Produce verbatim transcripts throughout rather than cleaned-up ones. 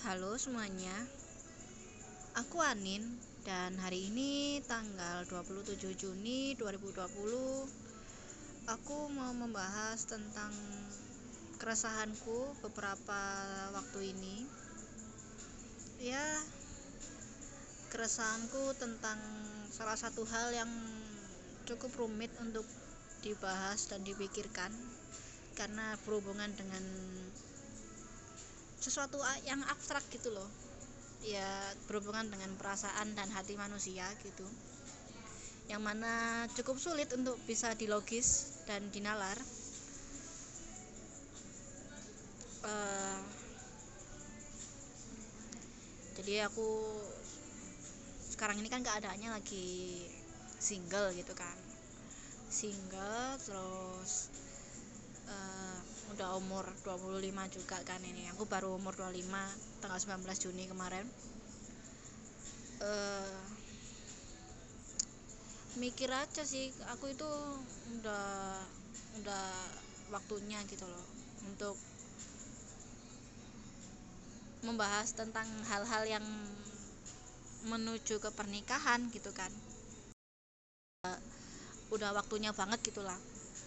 Halo semuanya, aku Anin dan hari ini tanggal dua puluh tujuh Juni dua ribu dua puluh aku mau membahas tentang keresahanku beberapa waktu ini. Ya, keresahanku tentang salah satu hal yang cukup rumit untuk dibahas dan dipikirkan karena berhubungan dengan sesuatu yang abstrak gitu loh. Ya, berhubungan dengan perasaan dan hati manusia gitu, yang mana cukup sulit untuk bisa dilogis dan dinalar. uh, jadi aku sekarang ini kan keadaannya lagi single gitu kan, single terus uh, udah umur dua puluh lima juga kan. Ini aku baru umur dua puluh lima tanggal sembilan belas Juni kemarin. uh, mikir aja sih, aku itu udah udah waktunya gitu loh untuk membahas tentang hal-hal yang menuju ke pernikahan gitu kan. Udah waktunya banget gitulah.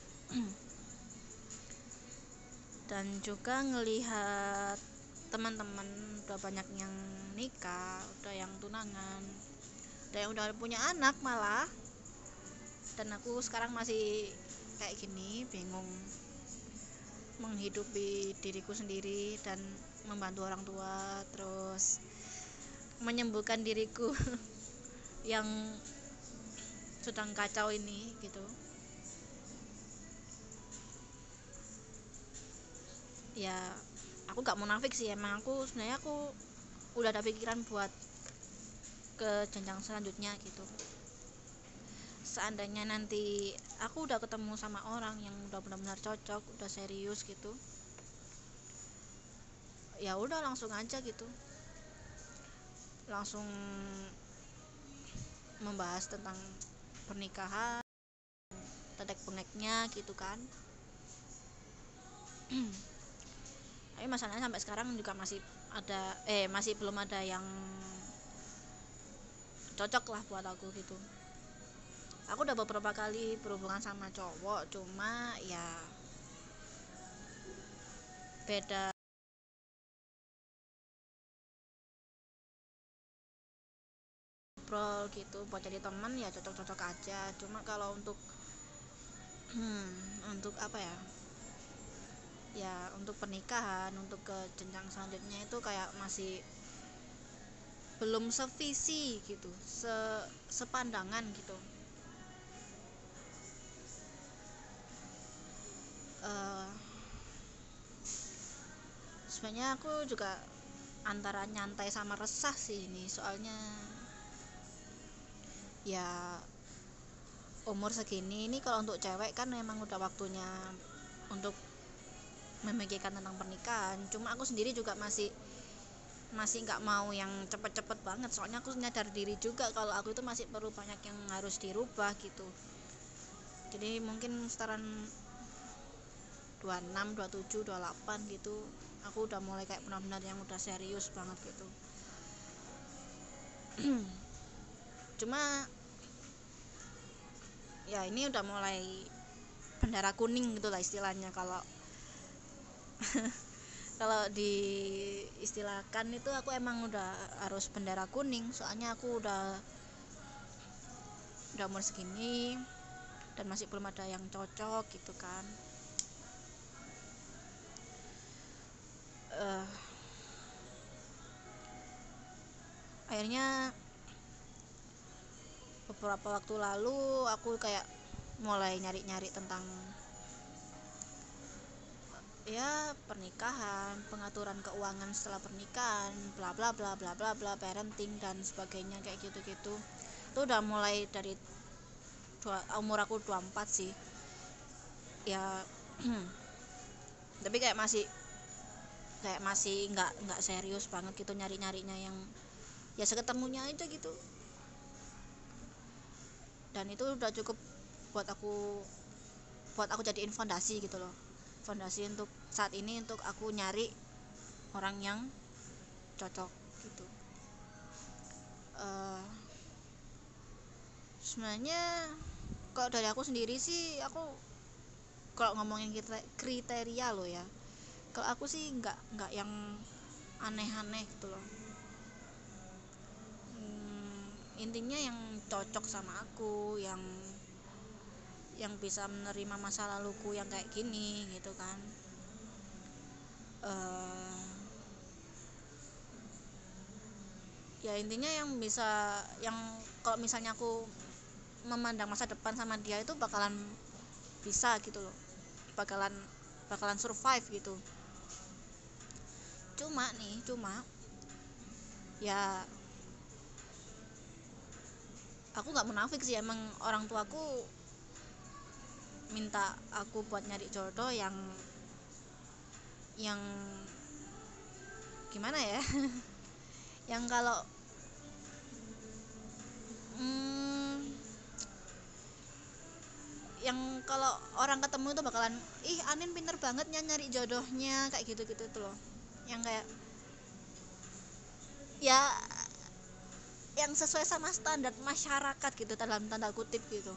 Dan juga ngelihat teman-teman udah banyak yang nikah, udah yang tunangan, udah yang udah punya anak malah. Dan aku sekarang masih kayak gini, bingung menghidupi diriku sendiri dan membantu orang tua, terus menyembuhkan diriku yang sedang kacau ini gitu. Ya, aku gak munafik sih, emang aku sebenarnya aku udah ada pikiran buat ke jenjang selanjutnya gitu. Seandainya nanti aku udah ketemu sama orang yang udah benar-benar cocok, udah serius gitu, ya udah langsung aja gitu, langsung membahas tentang pernikahan, tetek bengeknya gitu kan. Tapi masalahnya sampai sekarang juga masih ada eh masih belum ada yang cocok lah buat aku gitu. Aku udah beberapa kali berhubungan sama cowok, cuma ya beda ngobrol gitu, buat jadi teman ya cocok-cocok aja. Cuma kalau untuk hmm, untuk apa ya ya untuk pernikahan, untuk ke jenjang selanjutnya itu kayak masih belum sevisi gitu, se sepandangan gitu. uh, sebenarnya aku juga antara nyantai sama resah sih ini, soalnya ya umur segini ini kalau untuk cewek kan memang udah waktunya untuk memikirkan tentang pernikahan. Cuma aku sendiri juga masih masih nggak mau yang cepet-cepet banget, soalnya aku nyadar diri juga kalau aku itu masih perlu banyak yang harus dirubah gitu. Jadi mungkin sekitaran dua puluh enam, dua puluh tujuh, dua puluh delapan gitu aku udah mulai kayak benar-benar yang udah serius banget gitu. Cuma ya ini udah mulai bendera kuning gitu lah istilahnya, kalau kalau diistilahkan itu aku emang udah harus bendera kuning, soalnya aku udah udah umur segini dan masih belum ada yang cocok gitu kan. uh, akhirnya beberapa waktu lalu aku kayak mulai nyari-nyari tentang ya pernikahan, pengaturan keuangan setelah pernikahan, bla bla bla bla bla bla, parenting dan sebagainya kayak gitu-gitu. Itu udah mulai dari dua, umur aku dua puluh empat sih. Ya tapi kayak masih kayak masih nggak nggak serius banget gitu nyari-nyarinya, yang ya seketemunya aja gitu. Dan itu udah cukup buat aku buat aku jadiin fondasi gitu loh, fondasi untuk saat ini untuk aku nyari orang yang cocok gitu. uh, Sebenarnya kalau dari aku sendiri sih, aku kalau ngomongin kriteria lo ya, kalau aku sih nggak nggak yang aneh-aneh gitu loh. hmm, Intinya yang cocok sama aku, yang yang bisa menerima masa laluku yang kayak gini gitu kan. uh, Ya intinya yang bisa, yang kalau misalnya aku memandang masa depan sama dia itu bakalan bisa gitu loh, bakalan bakalan survive gitu. Cuma nih, cuma ya aku nggak munafik sih, emang orang tuaku minta aku buat nyari jodoh yang yang gimana ya yang kalau hmm, yang kalau orang ketemu itu bakalan, ih Anin pinter banget nyari jodohnya kayak gitu-gitu tuh loh, yang kayak ya yang sesuai sama standar masyarakat gitu, dalam tanda kutip gitu.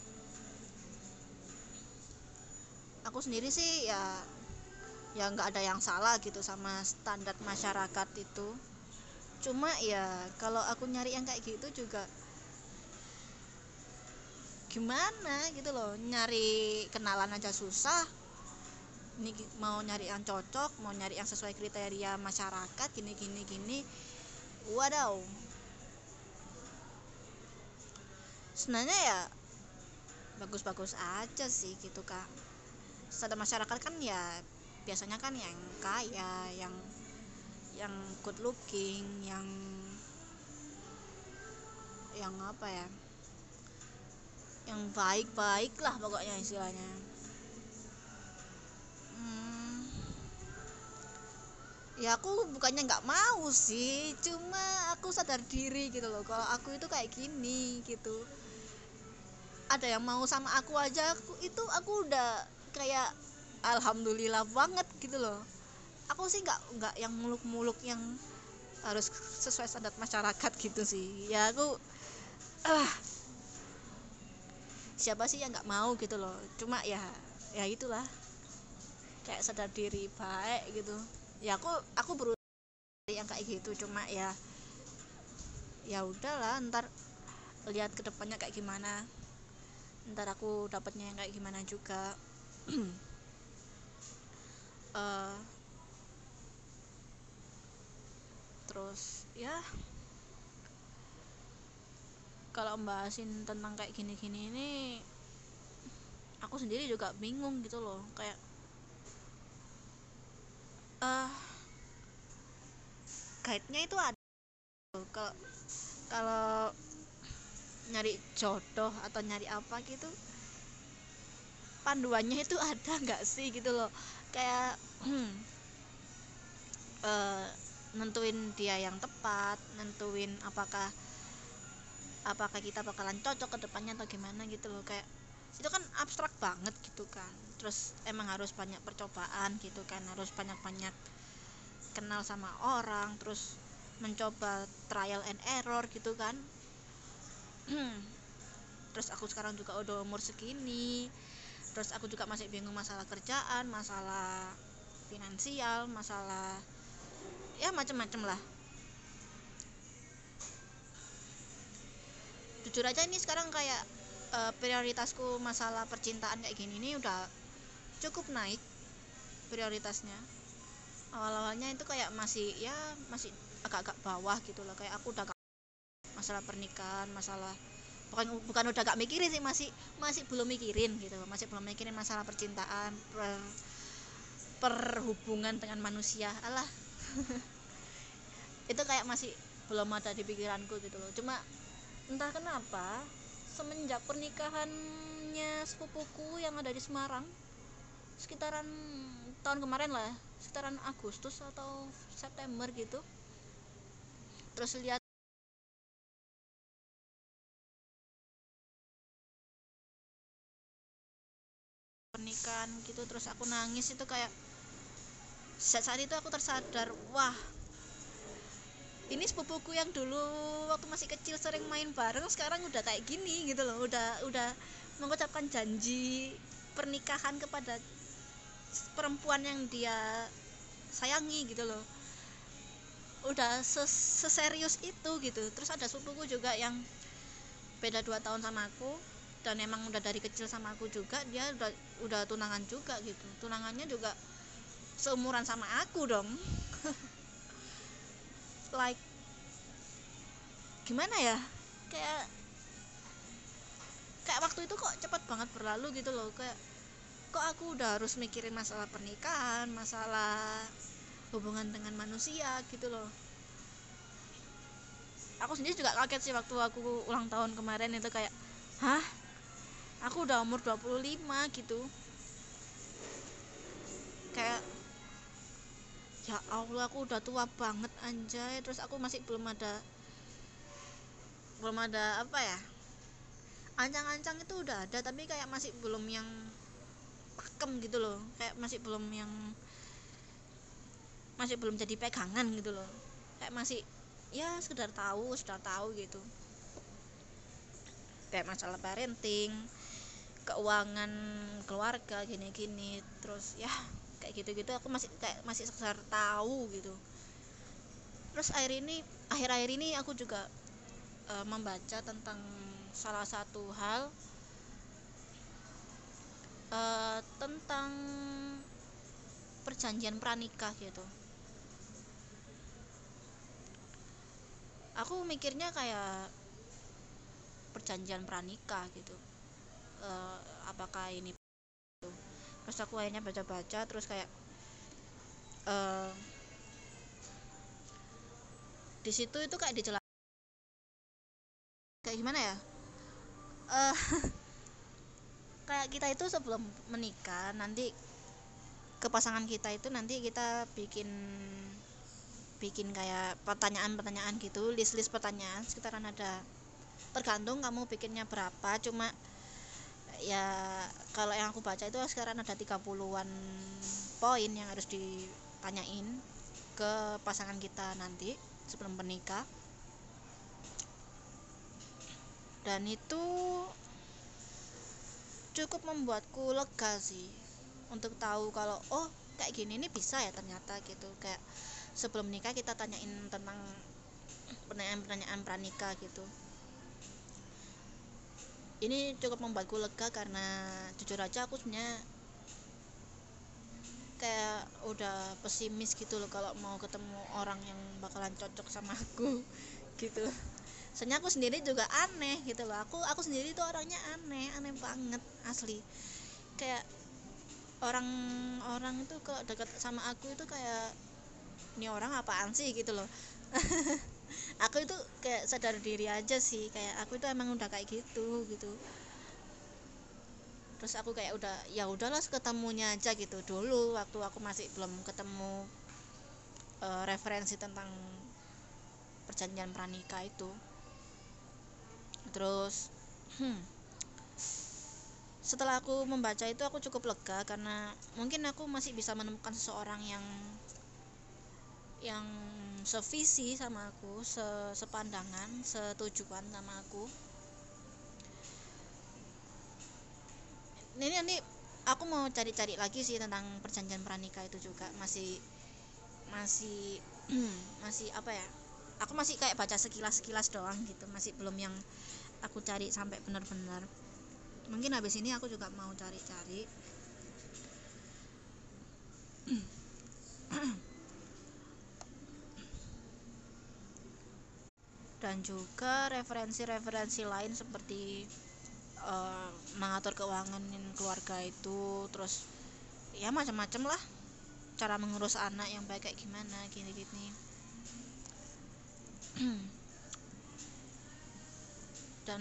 Aku sendiri sih ya ya nggak ada yang salah gitu sama standar masyarakat itu. Cuma ya kalau aku nyari yang kayak gitu juga gimana gitu loh, nyari kenalan aja susah, ini mau nyari yang cocok, mau nyari yang sesuai kriteria masyarakat gini gini gini. Wadaw, sebenarnya ya bagus-bagus aja sih gitu kak. Standar masyarakat kan ya biasanya kan yang kaya, yang yang good looking, yang yang apa ya, yang baik-baik lah pokoknya istilahnya. hmm, Ya aku bukannya nggak mau sih, cuma aku sadar diri gitu loh kalau aku itu kayak gini gitu. Ada yang mau sama aku aja, aku itu aku udah kayak alhamdulillah banget gitu loh. Aku sih nggak nggak yang muluk-muluk yang harus sesuai standar masyarakat gitu sih ya. Aku ah siapa sih yang nggak mau gitu loh, cuma ya ya itulah, kayak sadar diri baik gitu. Ya aku aku berusaha yang kayak gitu, cuma ya ya udahlah, ntar lihat kedepannya kayak gimana, ntar aku dapatnya yang kayak gimana juga. uh, Terus ya kalau membahasin tentang kayak gini-gini ini, aku sendiri juga bingung gitu loh, kayak uh, guide-nya itu ada. Kalau kalau nyari jodoh atau nyari apa gitu, panduannya itu ada nggak sih gitu loh, kayak uh, nentuin dia yang tepat, nentuin apakah apakah kita bakalan cocok ke depannya atau gimana gitu loh. Kayak itu kan abstrak banget gitu kan. Terus emang harus banyak percobaan gitu kan, harus banyak-banyak kenal sama orang, terus mencoba trial and error gitu kan. Terus aku sekarang juga udah umur segini, terus aku juga masih bingung masalah kerjaan, masalah finansial, masalah ya macem-macem lah. Jujur aja ini sekarang kayak uh, prioritasku masalah percintaan kayak gini ini udah cukup naik prioritasnya. Awal-awalnya itu kayak masih ya masih agak-agak bawah gitu loh, kayak aku udah gak, masalah pernikahan, masalah bukan bukan udah gak mikirin sih, masih masih belum mikirin gitu, masih belum mikirin masalah percintaan, per, perhubungan dengan manusia, alah. Itu kayak masih belum ada di pikiranku gitu loh. Cuma entah kenapa semenjak pernikahannya sepupuku yang ada di Semarang sekitaran tahun kemarin lah, sekitaran Agustus atau September gitu, terus lihat pernikahan gitu, terus aku nangis. Itu kayak saat, saat itu aku tersadar, wah ini sepupuku yang dulu waktu masih kecil sering main bareng sekarang udah kayak gini gitu loh, udah udah mengucapkan janji pernikahan kepada perempuan yang dia sayangi gitu loh, udah seserius itu gitu. Terus ada sepupuku juga yang beda dua tahun sama aku dan emang udah dari kecil sama aku juga, dia udah udah tunangan juga gitu, tunangannya juga seumuran sama aku dong. Like gimana ya, kayak kayak waktu itu kok cepet banget berlalu gitu loh, kayak kok aku udah harus mikirin masalah pernikahan, masalah hubungan dengan manusia gitu loh. Aku sendiri juga kaget sih waktu aku ulang tahun kemarin itu, kayak hah, aku udah umur dua puluh lima gitu, kayak ya Allah aku udah tua banget anjay. Terus aku masih belum ada belum ada apa ya, ancang-ancang itu udah ada tapi kayak masih belum yang pakem gitu loh, kayak masih belum yang masih belum jadi pegangan gitu loh, kayak masih ya sekedar tahu sudah tahu gitu, kayak masalah parenting, keuangan keluarga gini-gini, terus ya kayak gitu-gitu aku masih kayak masih sekedar tahu gitu. Terus akhir ini akhir-akhir ini aku juga e, membaca tentang salah satu hal e, tentang perjanjian pranikah gitu. Aku mikirnya kayak perjanjian pranikah gitu, e, apakah ini gitu. Terus aku akhirnya baca-baca, terus kayak e, di situ itu kayak dijelaskan kayak gimana ya, e, kayak kita itu sebelum menikah nanti ke pasangan kita itu nanti kita bikin bikin kayak pertanyaan-pertanyaan gitu, list-list pertanyaan sekitaran ada, tergantung kamu bikinnya berapa, cuma ya kalau yang aku baca itu sekarang ada tiga puluhan poin yang harus ditanyain ke pasangan kita nanti sebelum menikah. Dan itu cukup membuatku lega sih untuk tahu kalau oh kayak gini nih bisa ya ternyata gitu, kayak sebelum nikah kita tanyain tentang pertanyaan-pertanyaan pranikah gitu. Ini cukup membuatku lega karena jujur aja aku sebenarnya kayak udah pesimis gitu loh kalau mau ketemu orang yang bakalan cocok sama aku gitu. Soalnya aku sendiri juga aneh gitu loh, aku aku sendiri tuh orangnya aneh aneh banget asli, kayak orang-orang itu kalau dekat sama aku itu kayak ini orang apaan sih gitu loh. Aku itu kayak sadar diri aja sih, kayak aku itu emang udah kayak gitu gitu. Terus aku kayak udah ya udahlah ketemunya aja gitu. Dulu waktu aku masih belum ketemu e, referensi tentang perjanjian pranikah itu. Terus hmm, setelah aku membaca itu aku cukup lega karena mungkin aku masih bisa menemukan seseorang yang yang sevisi sama aku, se sepandangan, setujuan sama aku. Ini nanti aku mau cari-cari lagi sih tentang perjanjian pranikah itu juga, masih masih masih apa ya? Aku masih kayak baca sekilas-sekilas doang gitu, masih belum yang aku cari sampai benar-benar. Mungkin habis ini aku juga mau cari-cari. Dan juga referensi-referensi lain seperti uh, mengatur keuangan keluarga itu, terus ya macam-macam lah, cara mengurus anak yang baik kayak gimana gini-gini. Dan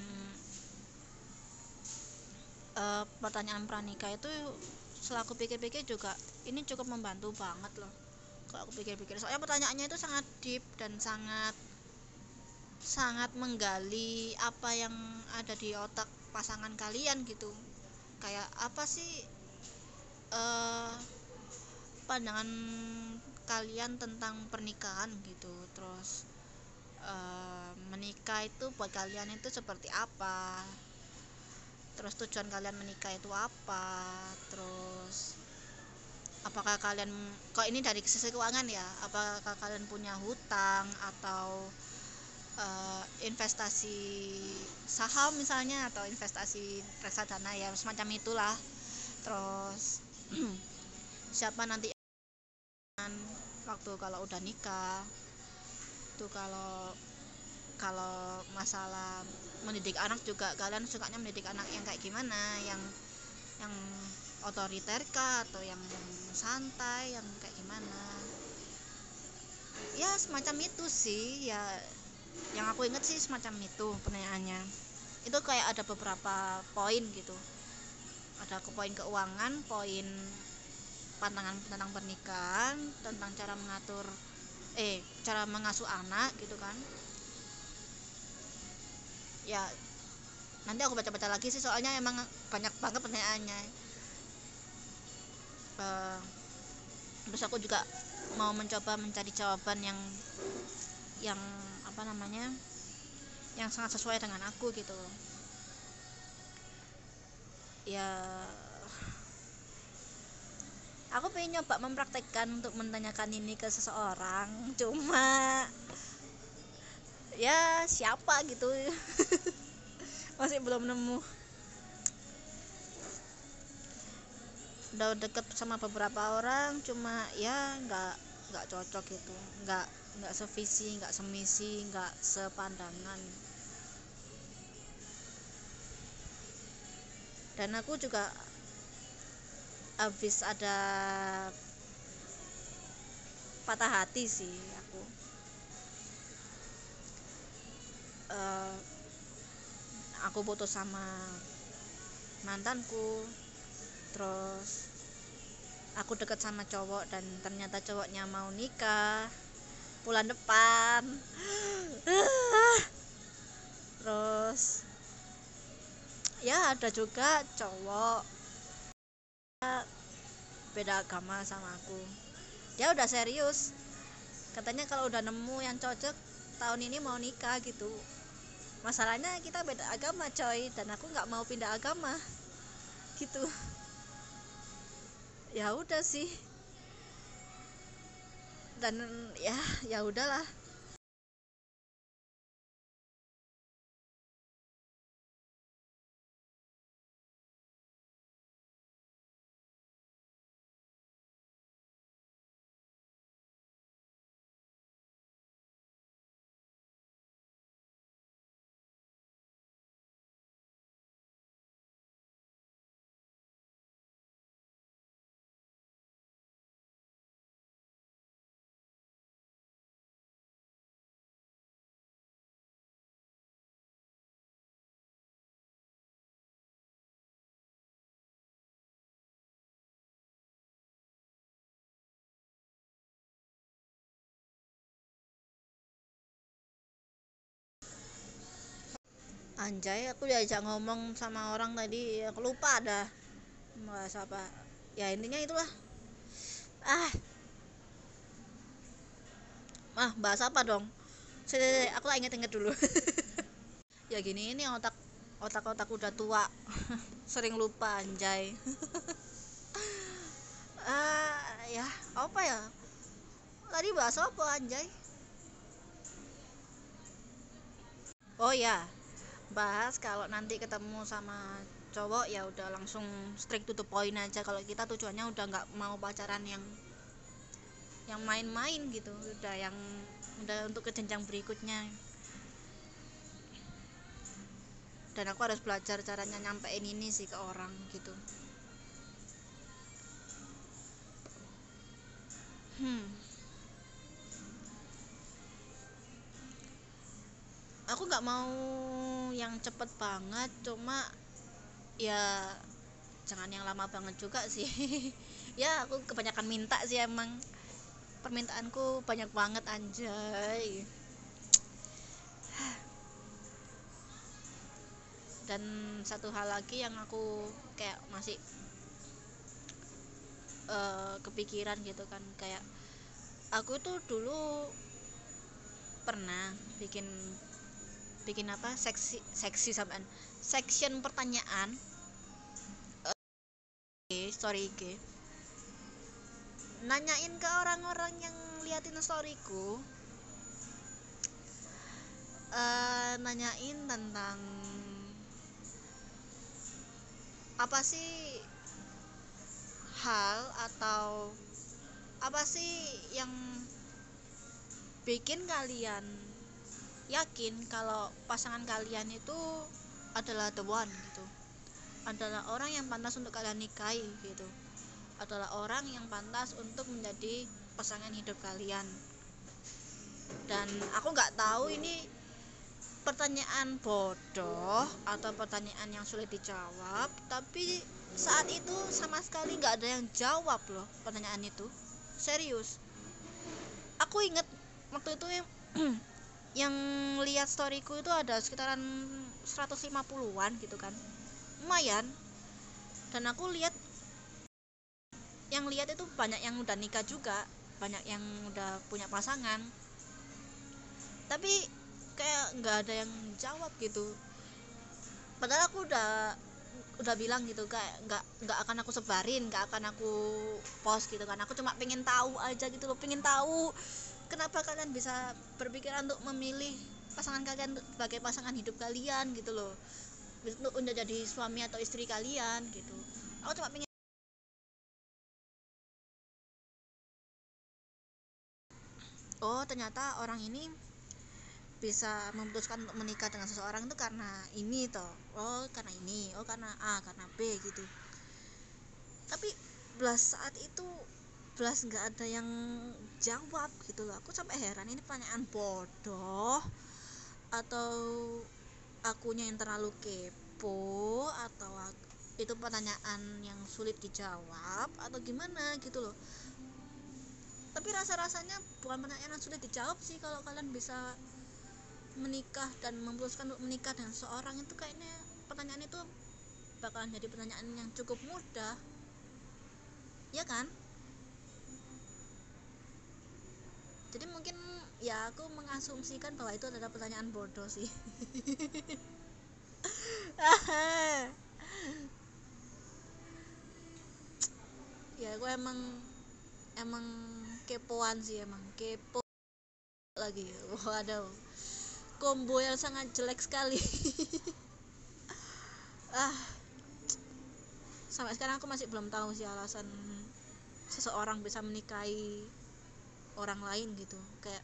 uh, pertanyaan pranikah itu setelah aku pikir-pikir juga ini cukup membantu banget loh kalau aku pikir-pikir, soalnya pertanyaannya itu sangat deep dan sangat sangat menggali apa yang ada di otak pasangan kalian gitu. Kayak apa sih uh, pandangan kalian tentang pernikahan gitu. Terus uh, menikah itu buat kalian itu seperti apa, terus tujuan kalian menikah itu apa, terus apakah kalian, kok ini dari sisi keuangan ya, apakah kalian punya hutang atau uh, investasi saham misalnya, atau investasi reksadana ya semacam itulah. Terus siapa nanti waktu kalau udah nikah tuh, kalau kalau masalah mendidik anak juga, kalian sukanya mendidik anak yang kayak gimana, yang yang otoriter kah atau yang santai, yang kayak gimana ya, semacam itu sih ya, yang aku inget sih semacam itu pertanyaannya. Itu kayak ada beberapa poin gitu, ada ke poin keuangan, poin pandangan tentang pernikahan, tentang cara mengatur eh cara mengasuh anak gitu kan ya. Nanti aku baca-baca lagi sih, soalnya emang banyak banget pertanyaannya. uh, terus aku juga mau mencoba mencari jawaban yang yang apa namanya, yang sangat sesuai dengan aku gitu ya. Aku pengen nyoba mempraktekkan untuk menanyakan ini ke seseorang, cuma ya siapa gitu masih belum nemu. Udah deket sama beberapa orang, cuma ya nggak nggak cocok gitu, nggak nggak sevisi, nggak semisi, nggak sepandangan. Dan aku juga habis ada patah hati sih aku. uh, aku putus sama mantanku, terus aku deket sama cowok dan ternyata cowoknya mau nikah bulan depan. Terus ya ada juga cowok beda agama sama aku, dia udah serius, katanya kalau udah nemu yang cocok tahun ini mau nikah gitu. Masalahnya kita beda agama coy, dan aku nggak mau pindah agama gitu. Ya udah sih, dan ya ya udahlah. Anjay, aku diajak ngomong sama orang tadi, aku lupa dah bahas apa. Ya intinya itulah. Ah, ah bahas apa dong? Sini, aku tak inget-inget dulu. Ya gini, ini otak otak-otak udah tua, sering lupa anjay. Ah, ya apa ya? Tadi bahas apa anjay? Oh ya, bahas kalau nanti ketemu sama cowok ya udah langsung strict to the point aja. Kalau kita tujuannya udah nggak mau pacaran yang yang main-main gitu, udah yang udah untuk ke jenjang berikutnya. Dan aku harus belajar caranya nyampein ini sih ke orang gitu. Hmm, aku nggak mau yang cepet banget, cuma ya jangan yang lama banget juga sih. Ya aku kebanyakan minta sih emang, permintaanku banyak banget anjay. Dan satu hal lagi yang aku kayak masih uh, kepikiran gitu kan, kayak aku tuh dulu pernah bikin bikin apa seksi seksi sampean section pertanyaan eh, story I G, nanyain ke orang-orang yang liatin storyku, eh, nanyain tentang apa sih hal atau apa sih yang bikin kalian yakin kalau pasangan kalian itu adalah the one gitu, adalah orang yang pantas untuk kalian nikahi gitu, adalah orang yang pantas untuk menjadi pasangan hidup kalian. Dan aku nggak tahu ini pertanyaan bodoh atau pertanyaan yang sulit dijawab, tapi saat itu sama sekali nggak ada yang jawab loh pertanyaan itu, serius. Aku inget waktu itu yang, yang lihat storyku itu ada sekitaran seratus lima puluhan gitu kan, lumayan. Dan aku lihat yang lihat itu banyak yang udah nikah juga, banyak yang udah punya pasangan, tapi kayak nggak ada yang jawab gitu. Padahal aku udah udah bilang gitu, kayak nggak nggak akan aku sebarin, nggak akan aku post gitu kan. Aku cuma pengen tahu aja gitu loh, pengen tahu kenapa kalian bisa berpikiran untuk memilih pasangan kalian sebagai pasangan hidup kalian gitu loh, untuk udah jadi suami atau istri kalian gitu. Aku cuma pengen, oh ternyata orang ini bisa memutuskan untuk menikah dengan seseorang itu karena ini toh, oh karena ini, oh karena A, karena B gitu. Tapi belas saat itu belas nggak ada yang jawab gitu loh. Aku sampai heran, ini pertanyaan bodoh atau akunya yang terlalu kepo, atau itu pertanyaan yang sulit dijawab atau gimana gitu loh. Tapi rasa-rasanya bukan pertanyaan yang sulit dijawab sih. Kalau kalian bisa menikah dan memutuskan untuk menikah dengan seorang, itu kayaknya pertanyaan itu bakalan jadi pertanyaan yang cukup mudah, ya kan? Jadi mungkin ya aku mengasumsikan bahwa itu adalah pertanyaan bodoh sih. Ya aku emang emang kepoan sih, emang kepo lagi. Waduh, combo yang sangat jelek sekali. ah Sampai sekarang aku masih belum tahu sih alasan seseorang bisa menikahi orang lain gitu. Kayak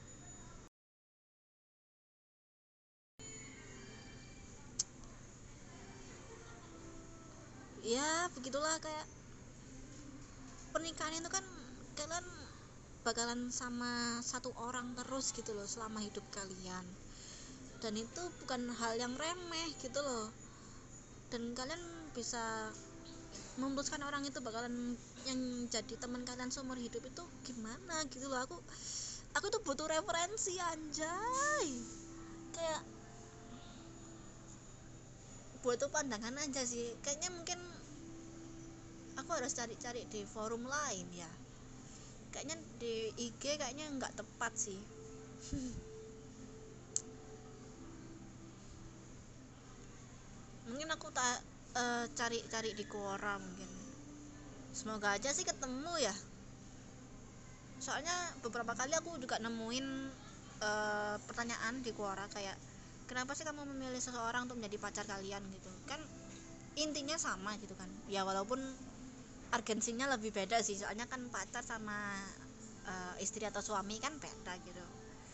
ya begitulah, kayak pernikahan itu kan kalian bakalan sama satu orang terus gitu loh selama hidup kalian, dan itu bukan hal yang remeh gitu loh. Dan kalian bisa memutuskan orang itu bakalan yang jadi teman kalian seumur hidup itu gimana gitu loh. Aku aku tuh butuh referensi, anjay. Kayak butuh pandangan aja sih. Kayaknya mungkin aku harus cari-cari di forum lain ya. Kayaknya di I G kayaknya nggak tepat sih. Mungkin aku tak uh, cari-cari di Quora mungkin. Semoga aja sih ketemu ya. Soalnya beberapa kali aku juga nemuin uh, pertanyaan di Quora kayak, kenapa sih kamu memilih seseorang untuk menjadi pacar kalian gitu kan. Intinya sama gitu kan ya, walaupun urgensinya lebih beda sih. Soalnya kan pacar sama uh, istri atau suami kan beda gitu.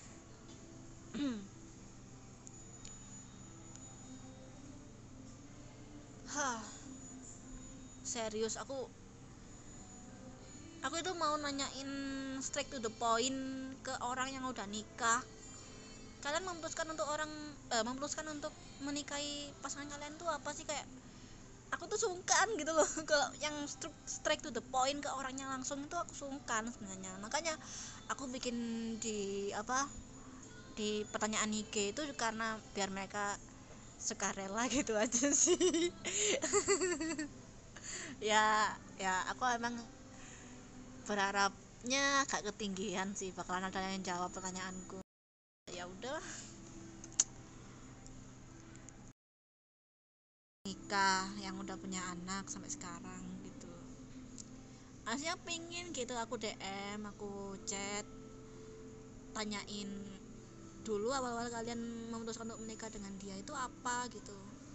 Hah, serius aku aku itu mau nanyain straight to the point ke orang yang udah nikah. Kalian memutuskan untuk orang eh, memutuskan untuk menikahi pasangan kalian tuh apa sih? Kayak aku tuh sungkan gitu loh. Kalau yang straight to the point ke orangnya langsung itu aku sungkan sebenarnya. Makanya aku bikin di apa di pertanyaan I G itu karena biar mereka sukarela gitu aja sih. ya ya aku emang berharap nya agak ketinggian sih, bakalan ada yang jawab pertanyaanku. Ya udahlah, nikah yang udah punya anak sampai sekarang gitu. Aslinya pingin gitu, aku D M, aku chat, tanyain dulu awal-awal kalian memutuskan untuk menikah dengan dia itu apa gitu.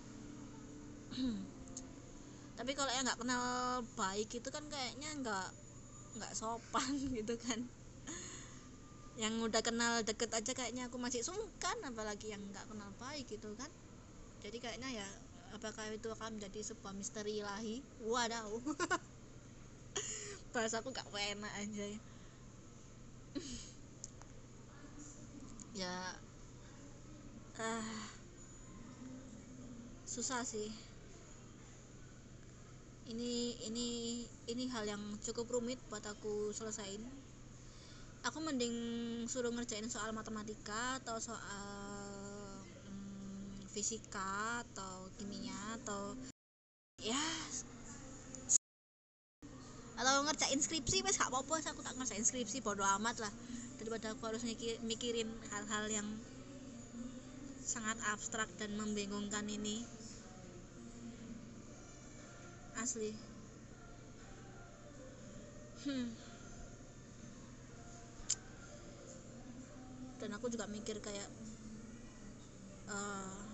Tapi kalau yang nggak kenal baik itu kan kayaknya nggak nggak sopan gitu kan. Yang udah kenal deket aja kayaknya aku masih sungkan, apalagi yang nggak kenal baik gitu kan. Jadi kayaknya ya, apakah itu akan menjadi sebuah misteri ilahi? Wadaw. Bahasa aku gak enak aja ya. Ya ah, susah sih. Ini ini ini hal yang cukup rumit buat aku selesain. Aku mending suruh ngerjain soal matematika atau soal hmm, fisika atau kimia atau ya atau ngerjain skripsi, wes gak apa-apa, aku tak ngerjain skripsi, bodo amat lah, daripada aku harus mikir, mikirin hal-hal yang sangat abstrak dan membingungkan ini. Asli. hmm. Dan aku juga mikir kayak uh,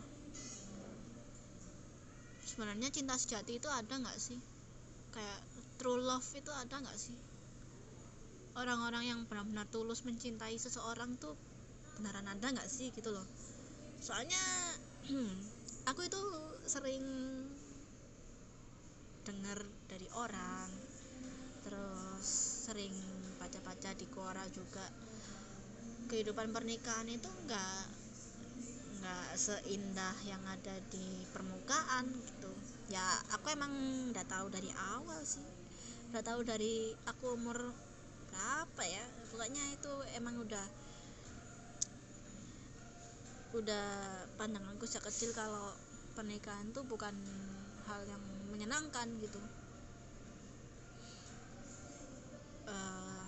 sebenarnya cinta sejati itu ada nggak sih? Kayak true love itu ada nggak sih? Orang-orang yang benar-benar tulus mencintai seseorang tuh beneran ada nggak sih gitu loh. Soalnya aku itu sering dengar dari orang, terus sering baca-baca di Quora juga, kehidupan pernikahan itu nggak nggak seindah yang ada di permukaan gitu. Ya aku emang udah tahu dari awal sih, udah tahu dari aku umur berapa ya, pokoknya itu emang udah udah pandanganku sejak kecil kalau pernikahan tuh bukan hal yang menyenangkan gitu. uh,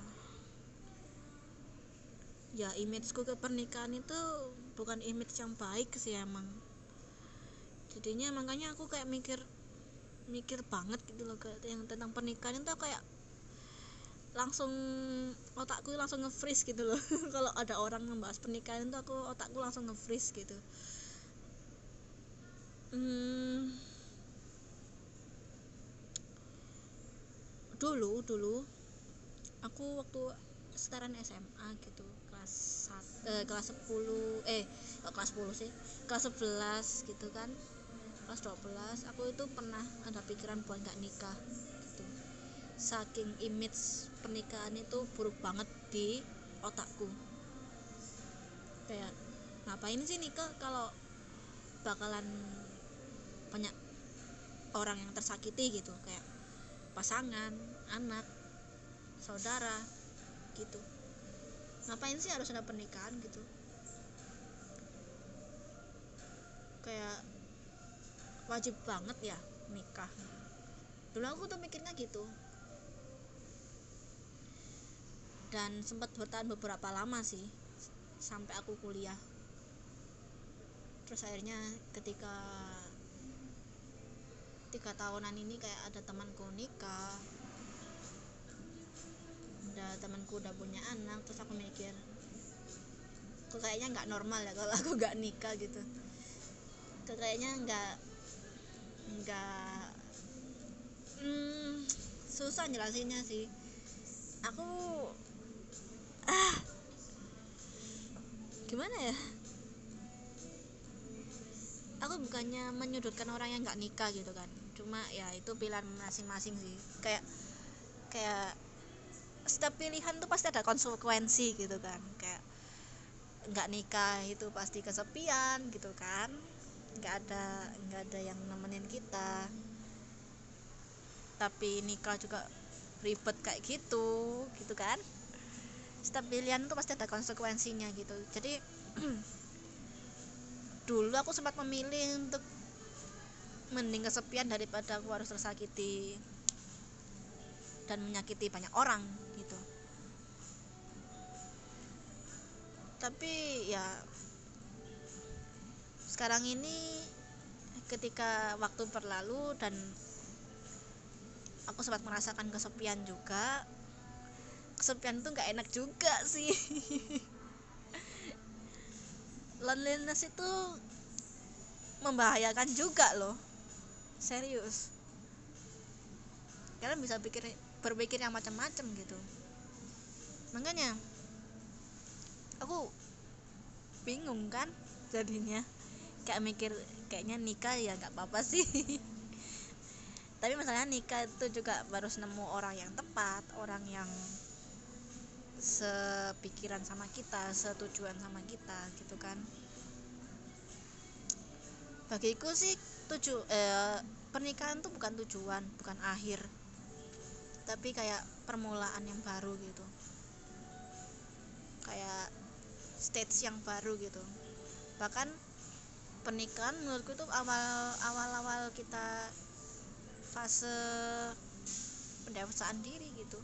ya imageku ke pernikahan itu bukan image yang baik sih emang. Jadinya makanya aku kayak mikir mikir banget gitu loh, yang tentang pernikahan itu kayak langsung otakku langsung nge-freeze gitu loh. Kalau ada orang membahas pernikahan itu aku otakku langsung nge-freeze gitu. hmm, dulu dulu aku waktu setaran S M A gitu, kelas satu, eh, kelas sepuluh eh oh, kelas sepuluh sih, kelas sebelas gitu kan, kelas dua belas aku itu pernah ada pikiran buat gak nikah gitu. Saking image pernikahan itu buruk banget di otakku, kayak ngapain sih nikah kalau bakalan banyak orang yang tersakiti gitu, kayak pasangan, anak, saudara gitu. Ngapain sih harus ada pernikahan gitu, kayak wajib banget ya nikah. Dulu aku tuh mikirnya gitu, dan sempat bertahan beberapa lama sih sampai aku kuliah. Terus akhirnya ketika tiga tahunan ini kayak ada temanku nikah, udah temanku udah punya anak, terus aku mikir kok kayaknya nggak normal ya kalau aku nggak nikah gitu. Kok kayaknya nggak nggak hmm, susah jelasinnya sih. Aku ah gimana ya, aku bukannya menyudutkan orang yang nggak nikah gitu kan, cuma ya itu pilihan masing-masing sih. Kayak kayak setiap pilihan tuh pasti ada konsekuensi gitu kan. Kayak nggak nikah itu pasti kesepian gitu kan, nggak ada nggak ada yang nemenin kita. Tapi nikah juga ribet kayak gitu gitu kan. Setiap pilihan tuh pasti ada konsekuensinya gitu. Jadi dulu aku sempat memilih untuk mending kesepian daripada aku harus tersakiti dan menyakiti banyak orang gitu. Tapi ya sekarang ini ketika waktu berlalu dan aku sempat merasakan kesepian juga. Kesepian tuh nggak enak juga sih. Loneliness itu membahayakan juga loh, serius. Kalian bisa pikir berpikir yang macam-macam gitu. Makanya aku bingung kan jadinya, kayak mikir kayaknya nikah ya nggak apa-apa sih. Tapi masalahnya nikah itu juga harus nemu orang yang tepat, orang yang sepikiran sama kita, setujuan sama kita gitu kan. Bagiku sih tuju eh, pernikahan tuh bukan tujuan, bukan akhir, tapi kayak permulaan yang baru gitu, kayak stage yang baru gitu. Bahkan pernikahan menurutku itu awal awal awal kita fase pendewasaan diri gitu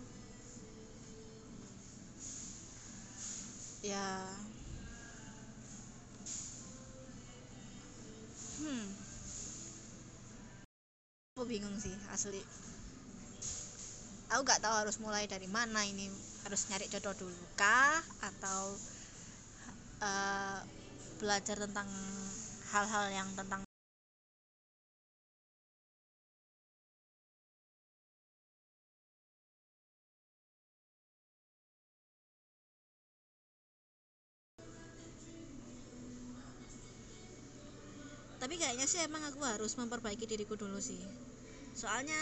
ya. hmm aku bingung sih asli. Aku nggak tahu harus mulai dari mana ini, harus nyari jodoh dulu kah atau uh, belajar tentang hal-hal yang tentang. Tapi kayaknya sih emang aku harus memperbaiki diriku dulu sih, soalnya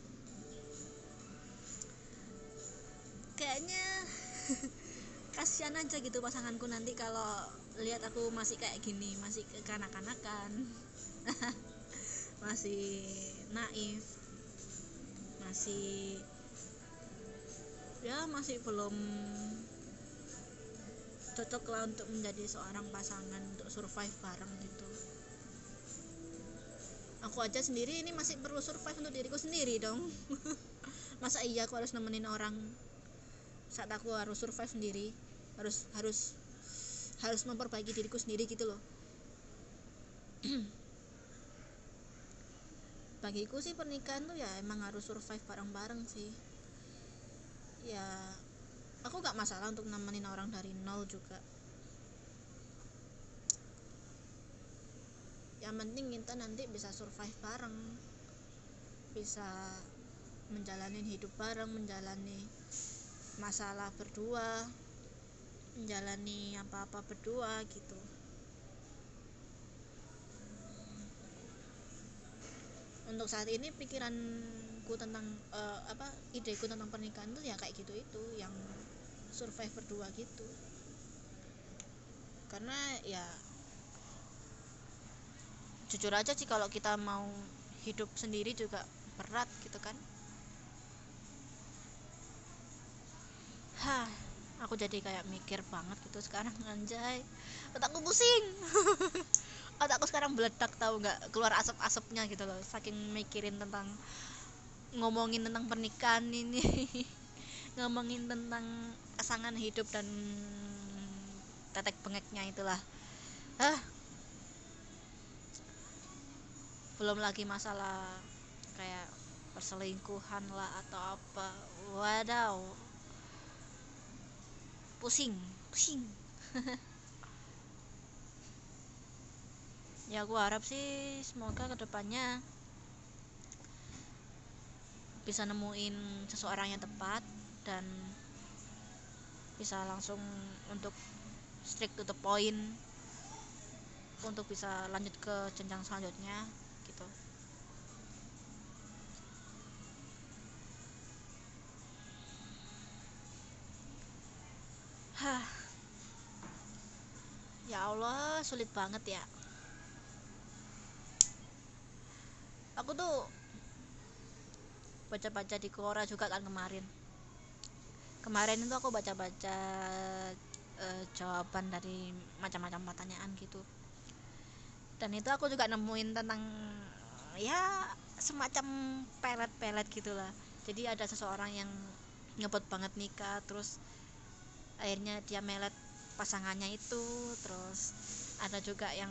kayaknya kasihan aja gitu pasanganku nanti kalau lihat aku masih kayak gini, masih kekanak-kanakan. Masih naif, masih ya masih belum cocok lah untuk menjadi seorang pasangan untuk survive bareng gitu. Aku aja sendiri ini masih perlu survive untuk diriku sendiri dong. Masa iya aku harus nemenin orang saat aku harus survive sendiri, harus harus harus memperbaiki diriku sendiri gitu loh. Bagiku sih pernikahan tuh ya emang harus survive bareng-bareng sih. Ya aku gak masalah untuk nemenin orang dari nol juga. Yang penting kita nanti bisa survive bareng, bisa menjalani hidup bareng, menjalani masalah berdua, menjalani apa-apa berdua gitu. Untuk saat ini pikiranku tentang uh, apa ideku tentang pernikahan tuh ya kayak gitu, itu yang survive berdua gitu. Karena ya jujur aja sih kalau kita mau hidup sendiri juga berat gitu kan. Hah, aku jadi kayak mikir banget gitu sekarang, anjay. Otakku pusing. Otakku sekarang meledak, tahu nggak, keluar asap-asapnya gitu loh, saking mikirin tentang ngomongin tentang pernikahan ini. Ngomongin tentang pasangan hidup dan tetek bengeknya itulah. Hah, belum lagi masalah kayak perselingkuhan lah atau apa. Wadaw, pusing pusing. Ya aku harap sih semoga kedepannya bisa nemuin seseorang yang tepat dan bisa langsung untuk strict to the point, untuk bisa lanjut ke jenjang selanjutnya gitu. Hah, ya Allah, sulit banget ya. Aku tuh baca-baca di Quora juga kan kemarin. Kemarin itu aku baca-baca uh, jawaban dari macam-macam pertanyaan gitu. Dan itu aku juga nemuin tentang ya semacam pelet-pelet gitulah. Jadi ada seseorang yang ngebet banget nikah, terus akhirnya dia melet pasangannya itu, terus ada juga yang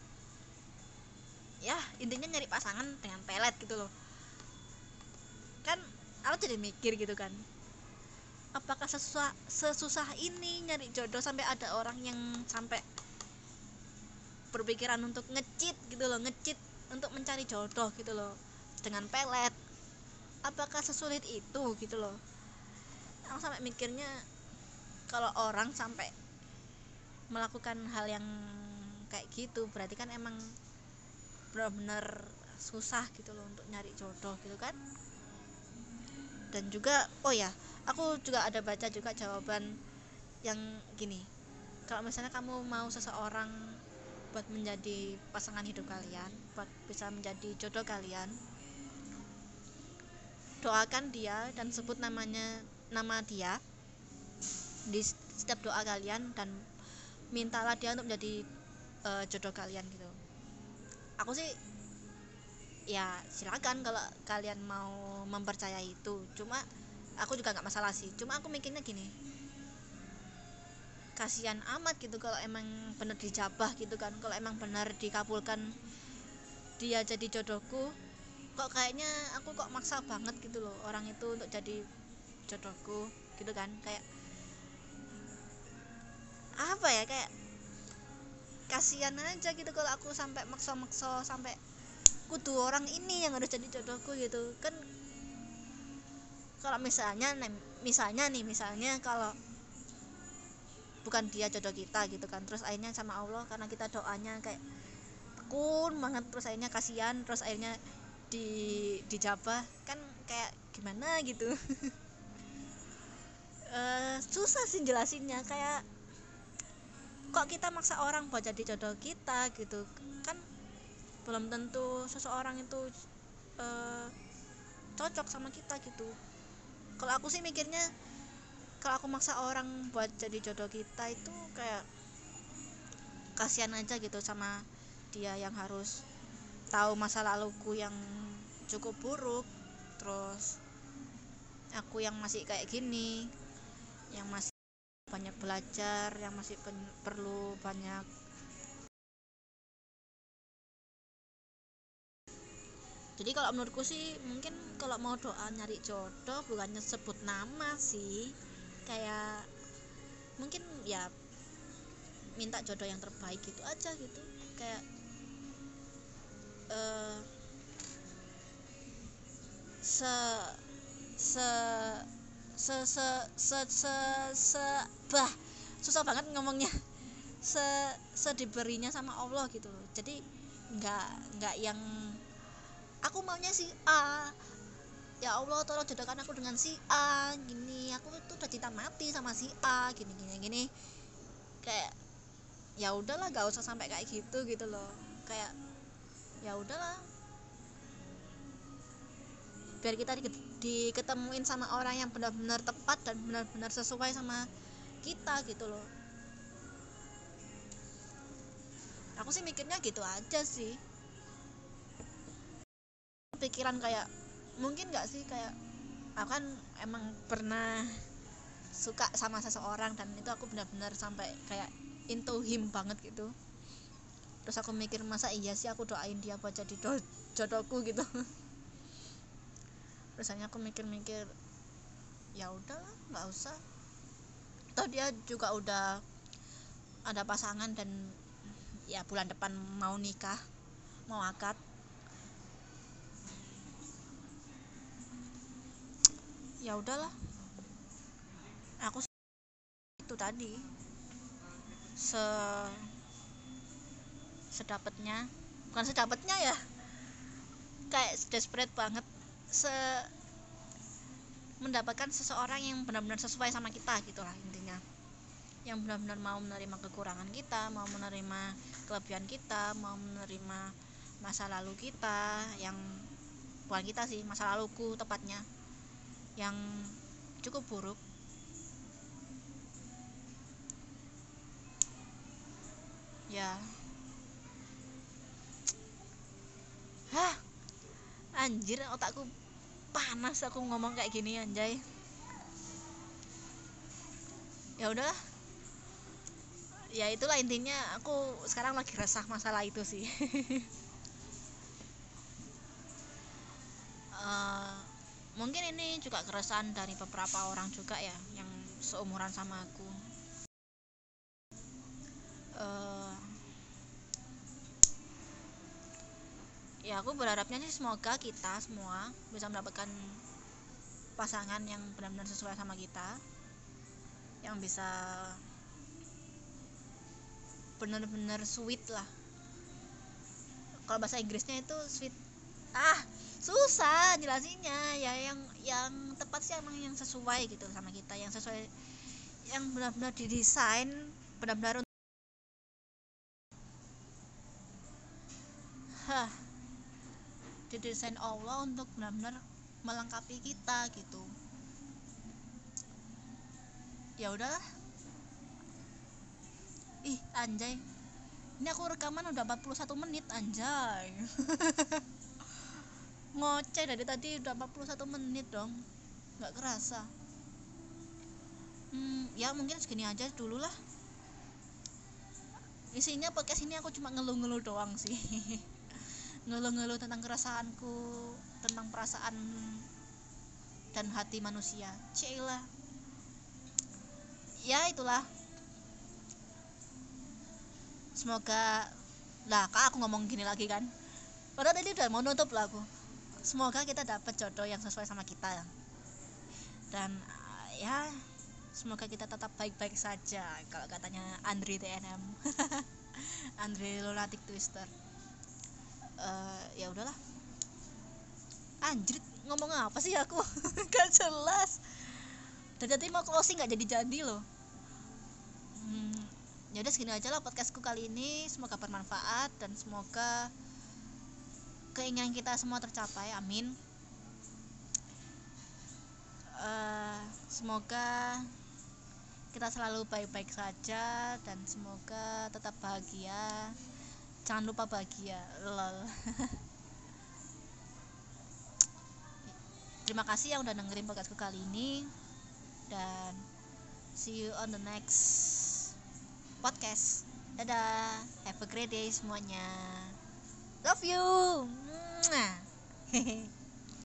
ya intinya nyari pasangan dengan pelet gitu loh. Kan aku jadi mikir gitu kan, apakah sesusah sesusah ini nyari jodoh sampai ada orang yang sampai berpikiran untuk ngecit gitu loh, ngecit untuk mencari jodoh gitu loh dengan pelet. Apakah sesulit itu gitu loh. Aku sampai mikirnya kalau orang sampai melakukan hal yang kayak gitu berarti kan emang benar-benar susah gitu loh untuk nyari jodoh gitu kan. Dan juga oh ya, aku juga ada baca juga jawaban yang gini, kalau misalnya kamu mau seseorang buat menjadi pasangan hidup kalian, buat bisa menjadi jodoh kalian, doakan dia dan sebut namanya nama dia di setiap doa kalian dan mintalah dia untuk menjadi uh, jodoh kalian gitu. Aku sih ya silakan kalau kalian mau mempercayai itu, cuma aku juga nggak masalah sih. Cuma aku mikirnya gini, kasihan amat gitu kalau emang bener dijabah gitu kan, kalau emang benar dikabulkan dia jadi jodohku, kok kayaknya aku kok maksa banget gitu loh orang itu untuk jadi jodohku gitu kan. Kayak apa ya, kayak kasihan aja gitu kalau aku sampai maksa-maksa sampai kudu orang ini yang harus jadi jodohku gitu kan. Kalau misalnya misalnya nih misalnya kalau bukan dia jodoh kita gitu kan, terus akhirnya sama Allah karena kita doanya kayak tekun banget, terus akhirnya kasihan, terus akhirnya di dijabah kan kayak gimana gitu. uh, susah sih jelasinnya, kayak kok kita maksa orang buat jadi jodoh kita gitu kan, belum tentu seseorang itu uh, cocok sama kita gitu. Kalau aku sih mikirnya kalau aku maksa orang buat jadi jodoh kita itu kayak kasihan aja gitu sama dia yang harus tahu masa laluku yang cukup buruk, terus aku yang masih kayak gini, yang masih banyak belajar, yang masih pen- perlu banyak. Jadi kalau menurutku sih mungkin kalau mau doa nyari jodoh bukannya sebut nama sih, kayak mungkin ya minta jodoh yang terbaik gitu aja gitu. Kayak uh, se se se se se se, se bah susah banget ngomongnya, se sediberinya sama Allah gitu loh. Jadi nggak nggak yang aku maunya si A, ya Allah tolong jodohkan aku dengan si A gini, aku tuh udah cinta mati sama si A gini gini gini. Kayak ya udahlah, gak usah sampai kayak gitu gitu loh. Kayak ya udahlah, biar kita diketemuin sama orang yang benar-benar tepat dan benar-benar sesuai sama kita gitu loh. Aku sih mikirnya gitu aja sih. Pikiran kayak mungkin nggak sih, kayak aku kan emang pernah suka sama seseorang dan itu aku benar-benar sampai kayak into him banget gitu. Terus aku mikir masa iya sih aku doain dia buat jadi do- jodohku gitu. Terus hanya aku mikir-mikir ya udahlah nggak usah, toh dia juga udah ada pasangan dan ya bulan depan mau nikah, mau akad. Ya udahlah, aku itu tadi se sedapatnya, bukan sedapatnya ya, kayak desperate banget se mendapatkan seseorang yang benar-benar sesuai sama kita gitulah intinya, yang benar-benar mau menerima kekurangan kita, mau menerima kelebihan kita, mau menerima masa lalu kita yang bukan kita sih, masa laluku tepatnya yang cukup buruk. Ya hah, anjir otakku panas aku ngomong kayak gini anjay. Ya udahlah, Ya itulah intinya, aku sekarang lagi resah masalah itu sih. uh, Mungkin ini juga keresahan dari beberapa orang juga ya yang seumuran sama aku. uh, Ya aku berharapnya sih semoga kita semua bisa mendapatkan pasangan yang benar-benar sesuai sama kita, yang bisa benar-benar sweet lah. Kalau bahasa Inggrisnya itu sweet, ah susah jelasinnya ya, yang yang tepat sih emang yang sesuai gitu sama kita, yang sesuai, yang benar-benar didesain benar-benar hah didesain Allah untuk benar-benar melengkapi kita gitu. Ya udahlah. Ih anjay, ini aku rekaman udah empat puluh satu menit anjay. Ngoceh dari tadi udah empat puluh satu menit dong, nggak kerasa. Hmm, ya mungkin segini aja dulu lah. Isinya podcast ini aku cuma ngeluh-ngeluh doang sih. Ngeluh-ngeluh tentang keresahanku, tentang perasaan dan hati manusia. Cila. Ya itulah. Semoga, lah kak aku ngomong gini lagi kan. Padahal tadi udah mau nutup lah aku. Semoga kita dapat jodoh yang sesuai sama kita. Dan uh, ya semoga kita tetap baik-baik saja kalau katanya Andre T N M. Andre Lunatic Twister. Uh, ya udahlah. Anjrit, ngomong apa sih aku? Gak jelas. Dari tadi mau closing gak jadi-jadi loh. Hmm, ya udah segini aja lah podcastku kali ini. Semoga bermanfaat dan semoga keinginan kita semua tercapai. Amin. Uh, semoga kita selalu baik-baik saja dan semoga tetap bahagia. Jangan lupa bahagia. Lol. Terima kasih yang udah dengerin podcastku kali ini dan see you on the next podcast. Dadah, have a great day semuanya. Love you. Hehehe.